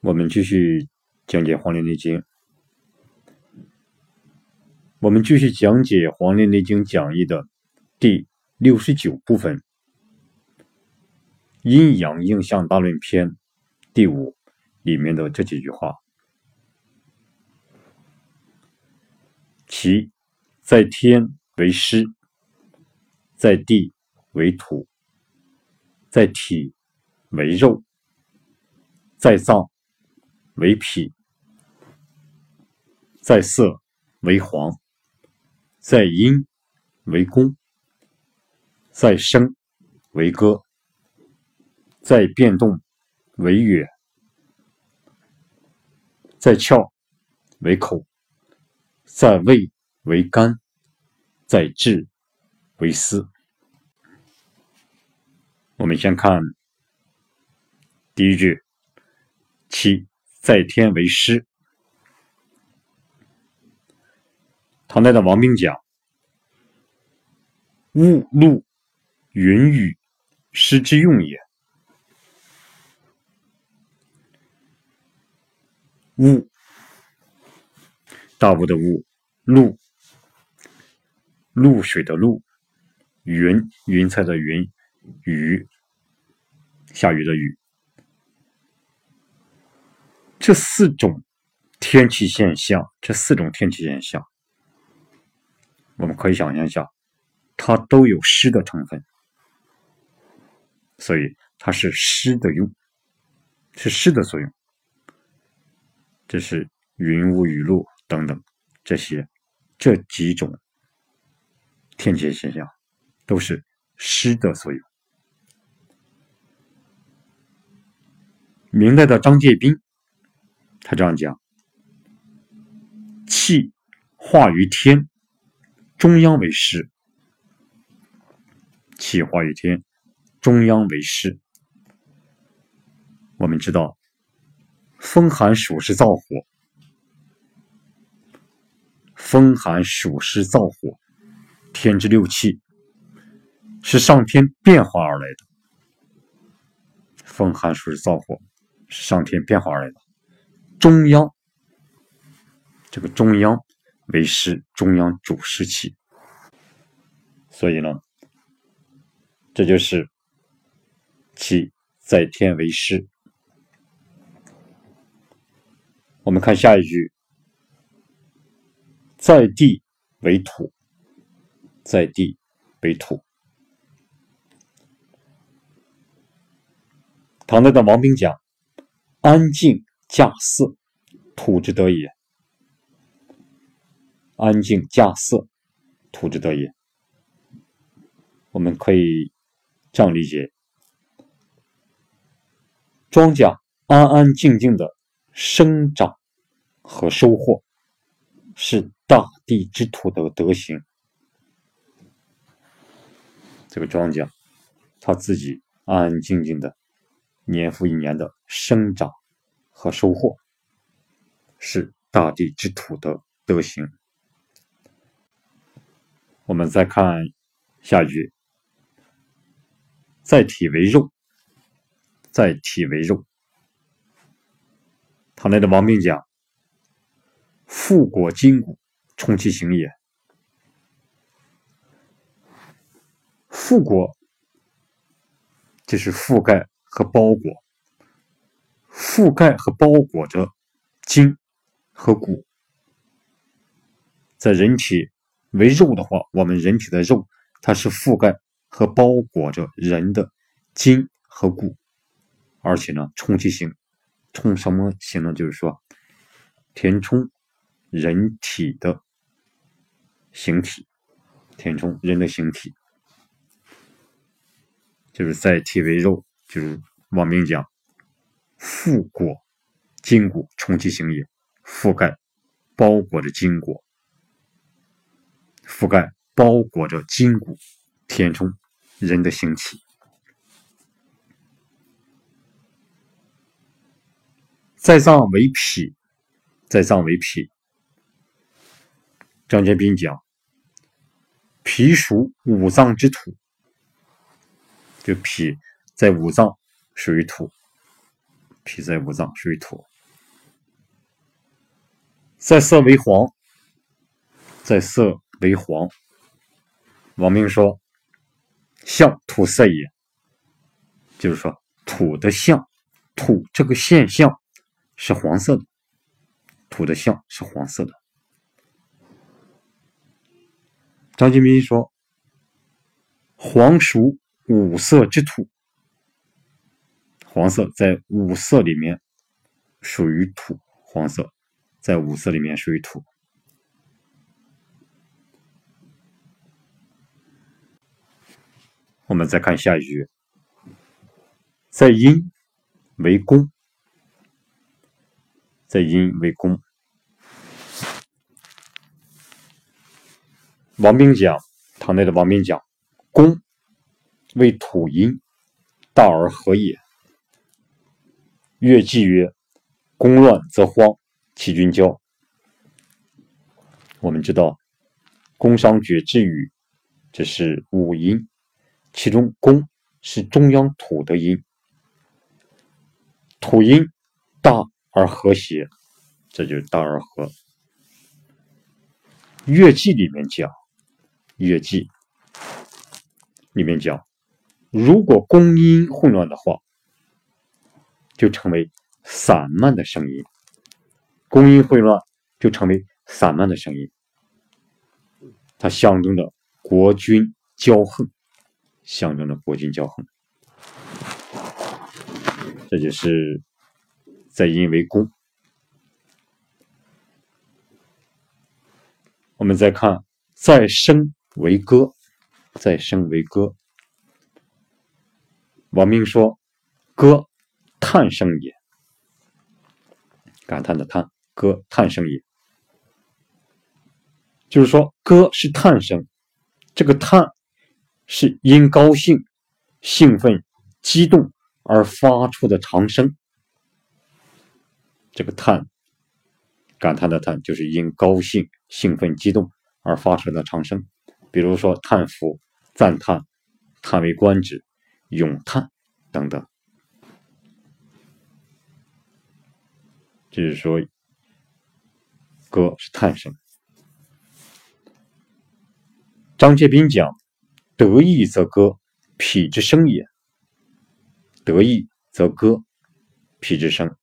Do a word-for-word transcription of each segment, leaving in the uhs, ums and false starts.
我们继续讲解《黄帝内经》，我们继续讲解《黄帝内经讲义》的第六十九部分，阴阳应象大论篇第五里面的这几句话。其在天为湿，在地为土，在体为肉，在脏为脾，在色为黄，在阴为宫，在声为歌，在变动为乐，在窍为口，在胃为肝，在志为思。我们先看第一句，其在天为湿。唐代的王冰讲，雾露云雨，湿之用也。雾，大雾的雾，露，露水的露，云，云彩的云，雨，下雨的雨。这四种天气现象，这四种天气现象，我们可以想象一下，它都有湿的成分，所以它是湿的用，是湿的作用。这是云雾雨露等等这些这几种天气现象都是湿的作用。明代的张介宾他这样讲，气化于天，中央为湿。气化于天，中央为湿。我们知道风寒暑湿燥火，风寒暑湿燥火，天之六气是上天变化而来的。风寒暑湿燥火是上天变化而来的。中央，这个中央为湿，中央主湿气。所以呢，这就是其在天为湿。我们看下一句，在地为土，在地为土。唐代的王冰讲，安静驾色，土之德也。安静驾色，土之德也。我们可以这样理解，庄稼安安静静的生长和收获，是大地之土的德行。这个庄稼它自己安安静静的年复一年的生长和收获，是大地之土的德行。我们再看下一句，在体为肉，在体为肉。唐代的王冰讲，覆裹筋骨，充其形也。覆裹就是覆盖和包裹，覆盖和包裹着筋和骨。在人体为肉的话，我们人体的肉它是覆盖和包裹着人的筋和骨，而且呢，充其形，充什么形呢？就是说，填充人体的形体，填充人的形体，就是在体为肉，就是王冰讲，覆裹筋骨，充其形也。覆盖包裹着筋骨，覆盖包裹着筋骨，填充人的形体。在脏为脾，在脏为脾。张介宾讲，脾属五脏之土，就脾在五脏属于土，脾在五脏属于土。 在色为黄，在色为黄。王明说象土色也，就是说土的象，土这个现象是黄色的，土的象是黄色的。张金斌说黄属五色之土，黄色在五色里面属于土，黄色在五色里面属于土。我们再看下一句，在阴为公，在阴为公。王冰讲，唐代的王冰讲，公为土阴，大而和也。乐记曰：公乱则荒，其君骄。我们知道宫商角徵羽，这是五阴，其中公是中央土的阴，土阴大而和谐，这就是大而和。乐记里面讲，乐记里面讲，如果公阴混乱的话，就成为散漫的声音，公阴混乱就成为散漫的声音，它象征着国君骄横，象征着国君骄横。这就是在阴为公。我们再看在声为歌，在声为歌。王明说歌叹声也，感叹的叹，歌叹声也，就是说歌是叹声，这个叹是因高兴、兴奋、激动而发出的长声。这个叹，感叹的叹，就是因高兴、兴奋、激动而发出的长声。比如说叹服、赞叹、叹为观止、咏叹等等。就是说歌是叹声。张介宾讲，得意则歌，痞之声也。得意则歌，痞之声。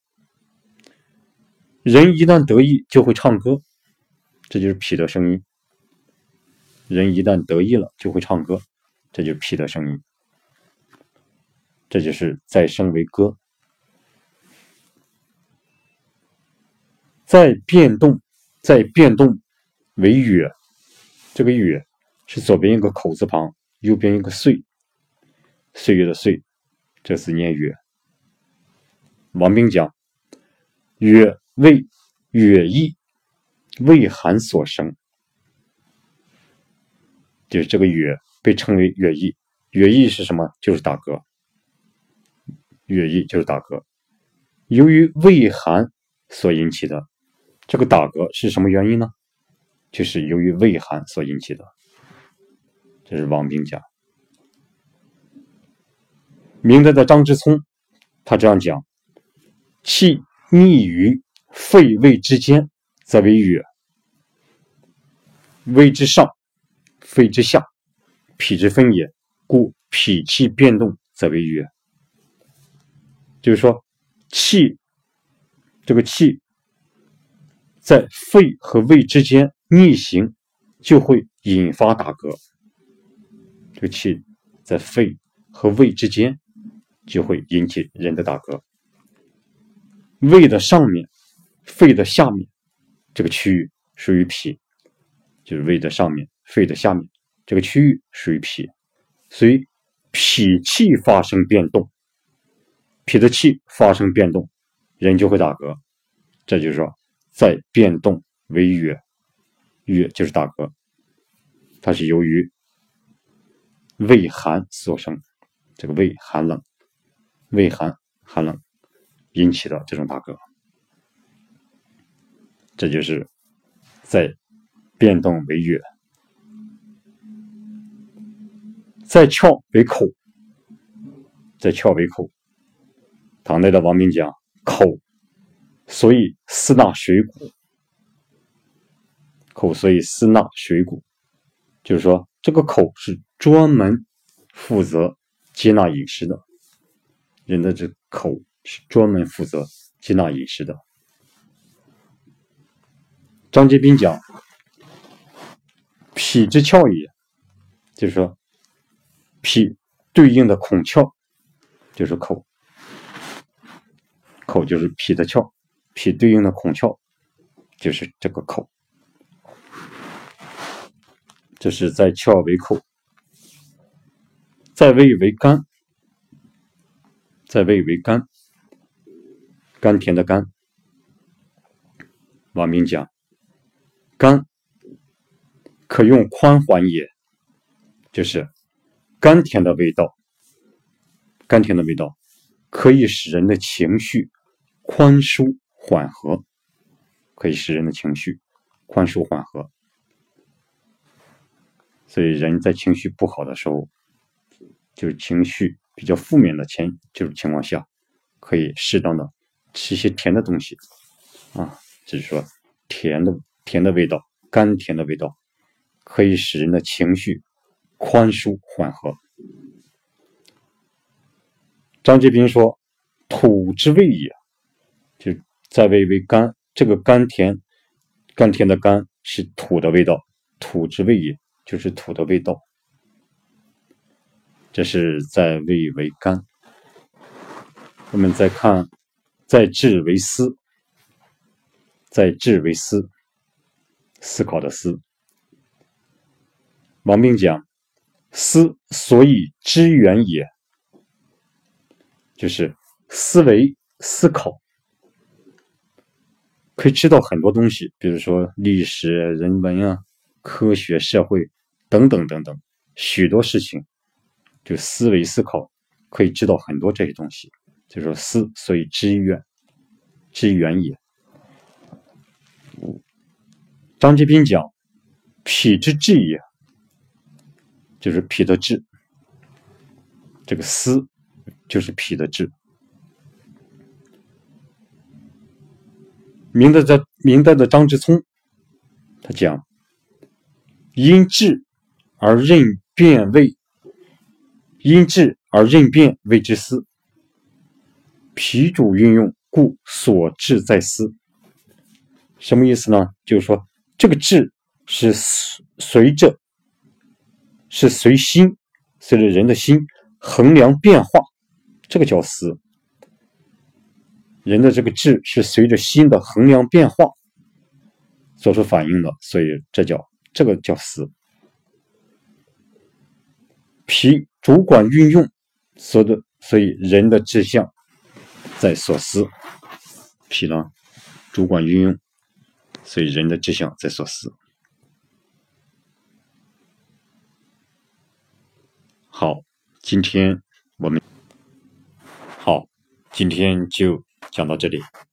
人一旦得意就会唱歌，这就是痞的声音。人一旦得意了就会唱歌，这就是痞的声音。这就是在声为歌。在变动，在变动为乐，这个乐是左边一个口字旁，右边一个岁，岁月的岁，这是念乐。王冰讲，乐为乐意，为寒所生，就是这个乐被称为乐意。乐意是什么？就是打嗝。乐意就是打嗝，由于畏寒所引起的。这个打嗝是什么原因呢？就是由于畏寒所引起的。这是王冰讲。明代的张之聪他这样讲，气逆于肺胃之间则为乐，胃之上，肺之下，脾之分也，故脾气变动则为乐。就是说气，这个气在肺和胃之间逆行，就会引发打嗝。这个气在肺和胃之间就会引起人的打嗝。胃的上面、肺的下面这个区域属于脾，就是胃的上面、肺的下面这个区域属于脾，所以脾气发生变动，脾的气发生变动，人就会打嗝。这就是说在变动为乐，乐就是打嗝，它是由于胃寒所生，这个胃寒冷，胃寒寒冷引起的这种打嗝，这就是在变动为乐。在窍为口，在窍为口。唐代的王明讲，口所以四纳水谷， 口髓司纳水谷，就是说这个口是专门负责接纳饮食的，人的这口是专门负责接纳饮食的。张节宾讲脾之窍也，就是说脾对应的孔窍就是口，口就是脾的窍，脾对应的孔窍就是这个口，这是在窍为口，在味为甘，在味为甘，甘甜的甘。王明讲甘可用宽缓也，就是甘甜的味道，甘甜的味道可以使人的情绪宽舒缓和，可以使人的情绪宽舒缓和。所以人在情绪不好的时候，就是情绪比较负面的前就是情况下，可以适当的吃一些甜的东西啊，就是说甜的甜的味道，甘甜的味道可以使人的情绪宽舒缓和。张节宾说土之味也，就在味为甘，这个甘甜甘甜的甘是土的味道，土之味也就是土的味道，这是在味为甘。我们再看在志为思，在志为思，思考的思。王冰讲思所以知远也，就是思维思考可以知道很多东西，比如说历史人文啊，科学社会等等等等，许多事情就思维思考可以知道很多这些东西，就是说思所以知远，知远也。张节宾讲脾之志也，就是脾的志，这个思就是脾的志。明代的明代的张之聪他讲因志而任变谓，因志而任变谓之思，脾主运用故所志在思。什么意思呢？就是说这个志是随着是随心随着人的心衡量变化，这个叫思。人的这个志是随着心的衡量变化做出反应的，所以这叫这个叫思。脾主管运用，所的所以人的志向在所思，脾呢主管运用，所以人的志向在所思。好，今天我们好，今天就讲到这里。